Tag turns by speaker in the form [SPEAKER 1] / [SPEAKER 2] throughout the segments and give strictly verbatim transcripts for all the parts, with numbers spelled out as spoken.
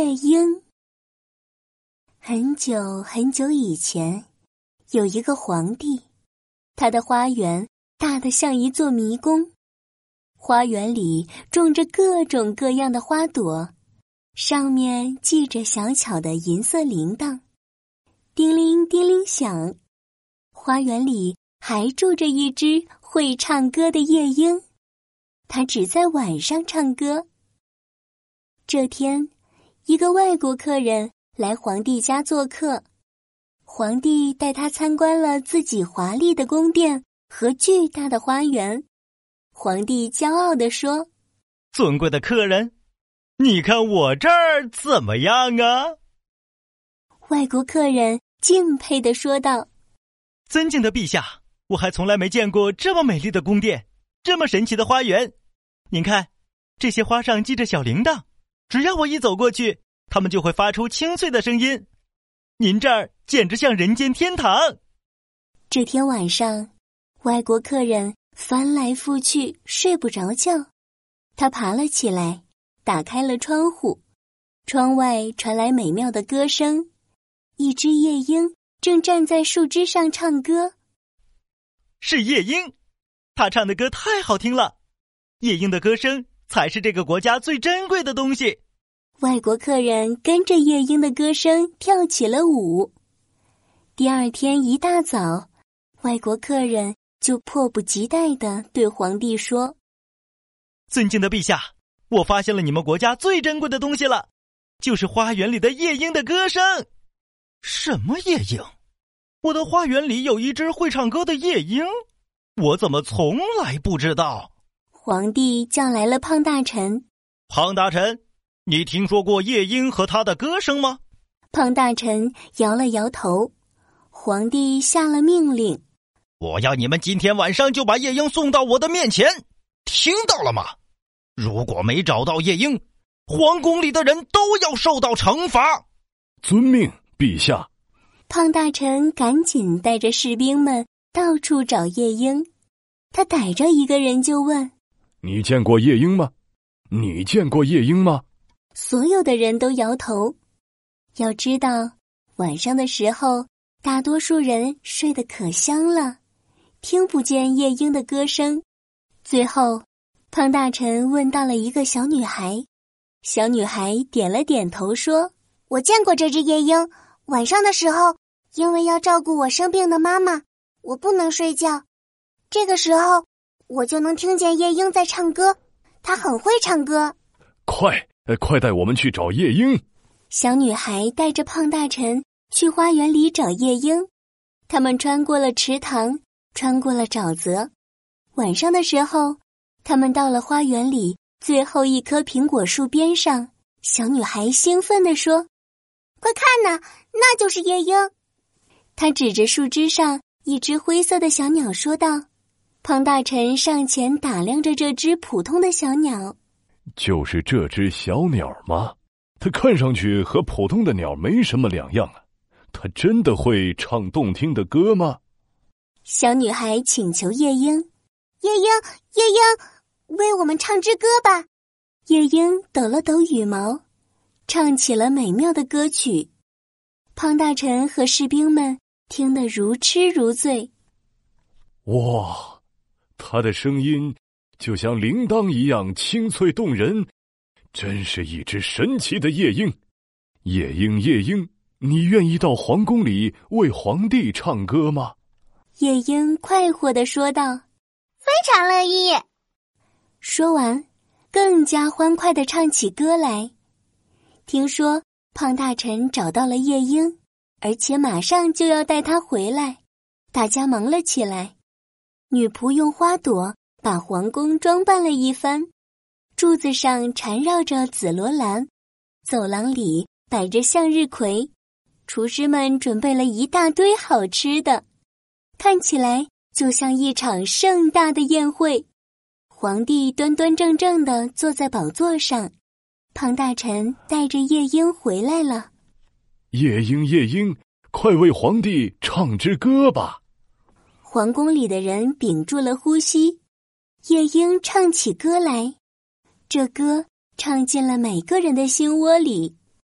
[SPEAKER 1] 夜莺。很久很久以前，有一个皇帝，他的花园大得像一座迷宫。花园里种着各种各样的花朵，上面系着小巧的银色铃铛，叮铃叮铃响。花园里还住着一只会唱歌的夜莺，它只在晚上唱歌。这天，一个外国客人来皇帝家做客，皇帝带他参观了自己华丽的宫殿和巨大的花园。皇帝骄傲地说：
[SPEAKER 2] 尊贵的客人，你看我这儿怎么样啊？
[SPEAKER 1] 外国客人敬佩地说道：
[SPEAKER 2] 尊敬的陛下，我还从来没见过这么美丽的宫殿，这么神奇的花园。您看，这些花上系着小铃铛，只要我一走过去，它们就会发出清脆的声音。您这儿简直像人间天堂。
[SPEAKER 1] 这天晚上，外国客人翻来覆去睡不着觉，他爬了起来，打开了窗户，窗外传来美妙的歌声，一只夜莺正站在树枝上唱歌。
[SPEAKER 2] 是夜莺，它唱的歌太好听了，夜莺的歌声才是这个国家最珍贵的东西。
[SPEAKER 1] 外国客人跟着夜莺的歌声跳起了舞。第二天一大早，外国客人就迫不及待地对皇帝说：
[SPEAKER 2] 尊敬的陛下，我发现了你们国家最珍贵的东西了，就是花园里的夜莺的歌声。什么夜莺？我的花园里有一只会唱歌的夜莺，我怎么从来不知道？
[SPEAKER 1] 皇帝叫来了胖大臣。
[SPEAKER 2] 胖大臣，你听说过夜莺和它的歌声吗？
[SPEAKER 1] 胖大臣摇了摇头。皇帝下了命令：
[SPEAKER 2] 我要你们今天晚上就把夜莺送到我的面前，听到了吗？如果没找到夜莺，皇宫里的人都要受到惩罚。
[SPEAKER 3] 遵命，陛下。
[SPEAKER 1] 胖大臣赶紧带着士兵们到处找夜莺。他逮着一个人就问：
[SPEAKER 3] 你见过夜莺吗？你见过夜莺吗？
[SPEAKER 1] 所有的人都摇头。要知道，晚上的时候，大多数人睡得可香了，听不见夜莺的歌声。最后，胖大臣问到了一个小女孩，小女孩点了点头说：我见过这只夜莺，晚上的时候，因为要照顾我生病的妈妈，我不能睡觉。这个时候，我就能听见夜莺在唱歌，她很会唱歌。
[SPEAKER 3] 快，快带我们去找夜莺。
[SPEAKER 1] 小女孩带着胖大臣去花园里找夜莺。他们穿过了池塘，穿过了沼泽。晚上的时候，他们到了花园里最后一棵苹果树边上。小女孩兴奋地说：快看呐，那就是夜莺。她指着树枝上一只灰色的小鸟说道。胖大臣上前打量着这只普通的小鸟。
[SPEAKER 3] 就是这只小鸟吗？它看上去和普通的鸟没什么两样啊。它真的会唱动听的歌吗？
[SPEAKER 1] 小女孩请求夜莺：夜莺，夜莺，为我们唱支歌吧。夜莺抖了抖羽毛，唱起了美妙的歌曲。胖大臣和士兵们听得如痴如醉。
[SPEAKER 3] 哇，它的声音就像铃铛一样清脆动人，真是一只神奇的夜莺。夜莺，夜莺，你愿意到皇宫里为皇帝唱歌吗？
[SPEAKER 1] 夜莺快活地说道：非常乐意。说完，更加欢快地唱起歌来。听说胖大臣找到了夜莺，而且马上就要带他回来，大家忙了起来。女仆用花朵把皇宫装扮了一番，柱子上缠绕着紫罗兰，走廊里摆着向日葵，厨师们准备了一大堆好吃的，看起来就像一场盛大的宴会。皇帝端端正正地坐在宝座上，胖大臣带着夜莺回来了。
[SPEAKER 3] 夜莺，夜莺，快为皇帝唱支歌吧。
[SPEAKER 1] 皇宫里的人屏住了呼吸，夜莺唱起歌来，这歌唱进了每个人的心窝里。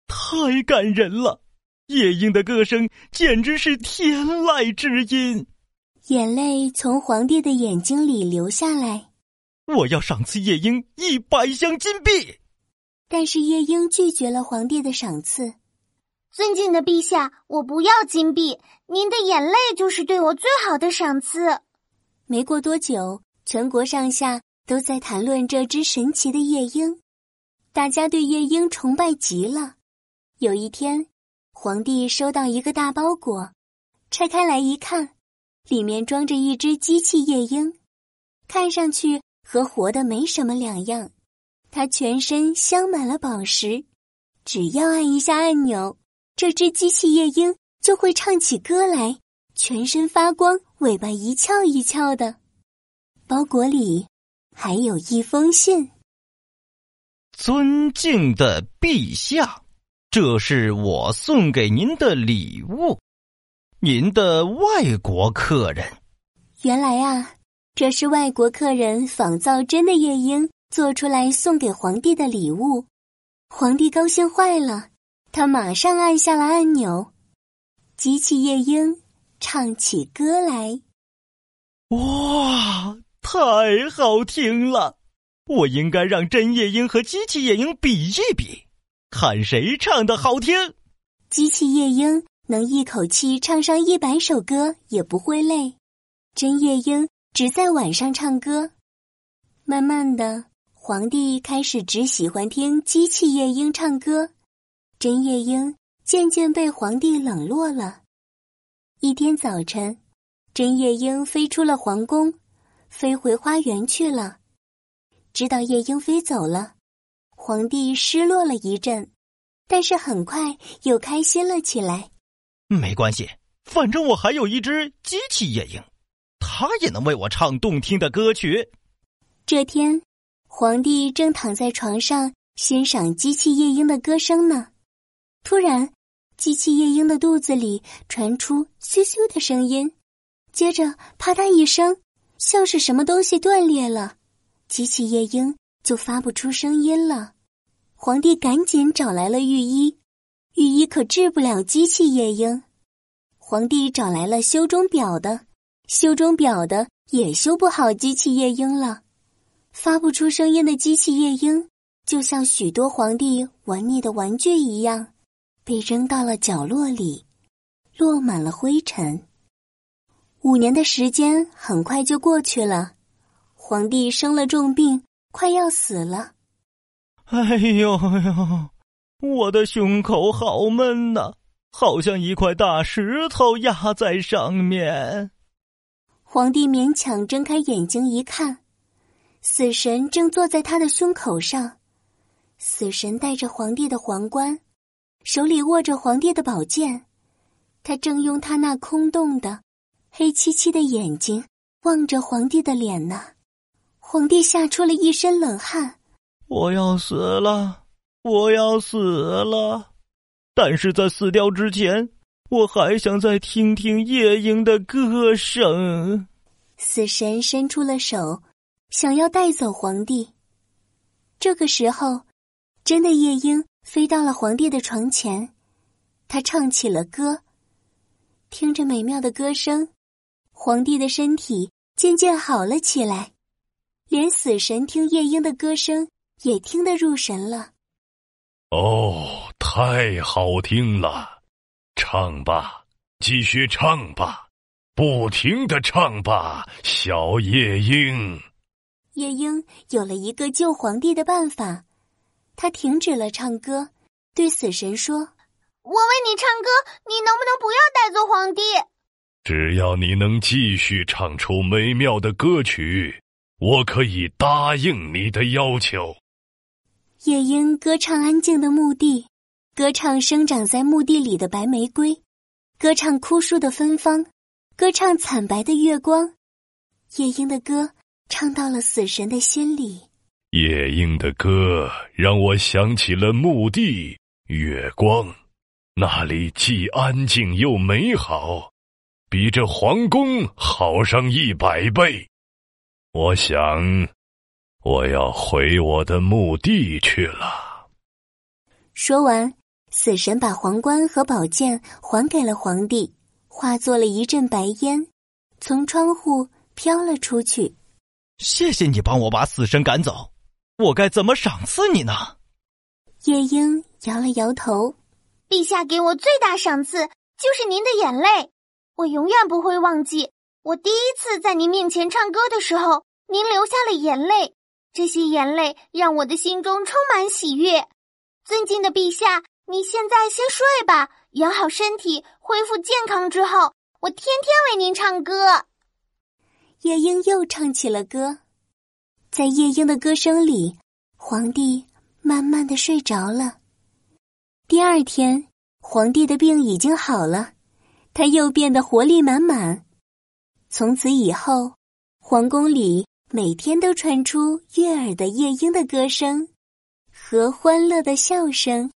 [SPEAKER 2] 太感人了！夜莺的歌声简直是天籁之音。
[SPEAKER 1] 眼泪从皇帝的眼睛里流下来。
[SPEAKER 2] 我要赏赐夜莺一百箱金币。
[SPEAKER 1] 但是夜莺拒绝了皇帝的赏赐。
[SPEAKER 4] 尊敬的陛下，我不要金币，您的眼泪就是对我最好的赏赐。
[SPEAKER 1] 没过多久，全国上下都在谈论这只神奇的夜莺，大家对夜莺崇拜极了。有一天，皇帝收到一个大包裹，拆开来一看，里面装着一只机器夜莺，看上去和活的没什么两样。它全身镶满了宝石，只要按一下按钮，这只机器夜莺就会唱起歌来，全身发光，尾巴一翘一翘的。包裹里还有一封信。
[SPEAKER 2] 尊敬的陛下，这是我送给您的礼物，您的外国客人。
[SPEAKER 1] 原来啊，这是外国客人仿造真的夜莺做出来送给皇帝的礼物。皇帝高兴坏了，他马上按下了按钮，机器夜莺唱起歌来。
[SPEAKER 2] 哇，太好听了！我应该让真夜莺和机器夜莺比一比，看谁唱得好听。
[SPEAKER 1] 机器夜莺能一口气唱上一百首歌也不会累，真夜莺只在晚上唱歌。慢慢的，皇帝开始只喜欢听机器夜莺唱歌，真夜莺渐渐被皇帝冷落了。一天早晨，真夜莺飞出了皇宫，飞回花园去了。知道夜莺飞走了，皇帝失落了一阵，但是很快又开心了起来。
[SPEAKER 2] 没关系，反正我还有一只机器夜莺，它也能为我唱动听的歌曲。
[SPEAKER 1] 这天，皇帝正躺在床上欣赏机器夜莺的歌声呢。突然，机器夜莺的肚子里传出咻咻的声音，接着啪嗒一声，像是什么东西断裂了，机器夜莺就发不出声音了。皇帝赶紧找来了御医，御医可治不了机器夜莺。皇帝找来了修钟表的，修钟表的也修不好机器夜莺了。发不出声音的机器夜莺，就像许多皇帝玩腻的玩具一样，被扔到了角落里，落满了灰尘。五年的时间很快就过去了，皇帝生了重病，快要死了。
[SPEAKER 2] 哎呦呦，我的胸口好闷呐，好像一块大石头压在上面。
[SPEAKER 1] 皇帝勉强睁开眼睛一看，死神正坐在他的胸口上。死神戴着皇帝的皇冠，手里握着皇帝的宝剑，他正用他那空洞的黑漆漆的眼睛望着皇帝的脸呢。皇帝吓出了一身冷汗。
[SPEAKER 2] 我要死了，我要死了！但是在死掉之前，我还想再听听夜莺的歌声。
[SPEAKER 1] 死神伸出了手，想要带走皇帝。这个时候，真的夜莺飞到了皇帝的床前，他唱起了歌。听着美妙的歌声，皇帝的身体渐渐好了起来，连死神听夜莺的歌声也听得入神了。
[SPEAKER 3] 哦，太好听了！唱吧，继续唱吧，不停地唱吧，小夜莺。
[SPEAKER 1] 夜莺有了一个救皇帝的办法，他停止了唱歌，对死神说：
[SPEAKER 4] 我为你唱歌，你能不能不要带走皇帝？
[SPEAKER 3] 只要你能继续唱出美妙的歌曲，我可以答应你的要求。
[SPEAKER 1] 夜莺歌唱安静的墓地，歌唱生长在墓地里的白玫瑰，歌唱枯树的芬芳，歌唱惨白的月光。夜莺的歌唱到了死神的心里。
[SPEAKER 3] 夜莺的歌让我想起了墓地、月光，那里既安静又美好，比这皇宫好上一百倍。我想我要回我的墓地去了。
[SPEAKER 1] 说完， 死神把皇冠和宝剑还给了皇帝，化作了一阵白烟，从窗户飘了出去。
[SPEAKER 2] 谢谢你帮我把死神赶走，我该怎么赏赐你呢？
[SPEAKER 1] 夜莺摇了摇头。
[SPEAKER 4] 陛下给我最大赏赐就是您的眼泪，我永远不会忘记，我第一次在您面前唱歌的时候，您流下了眼泪，这些眼泪让我的心中充满喜悦。尊敬的陛下，你现在先睡吧，养好身体，恢复健康之后，我天天为您唱歌。
[SPEAKER 1] 夜莺又唱起了歌，在夜莺的歌声里，皇帝慢慢地睡着了。第二天，皇帝的病已经好了，他又变得活力满满。从此以后，皇宫里每天都传出悦耳的夜莺的歌声和欢乐的笑声。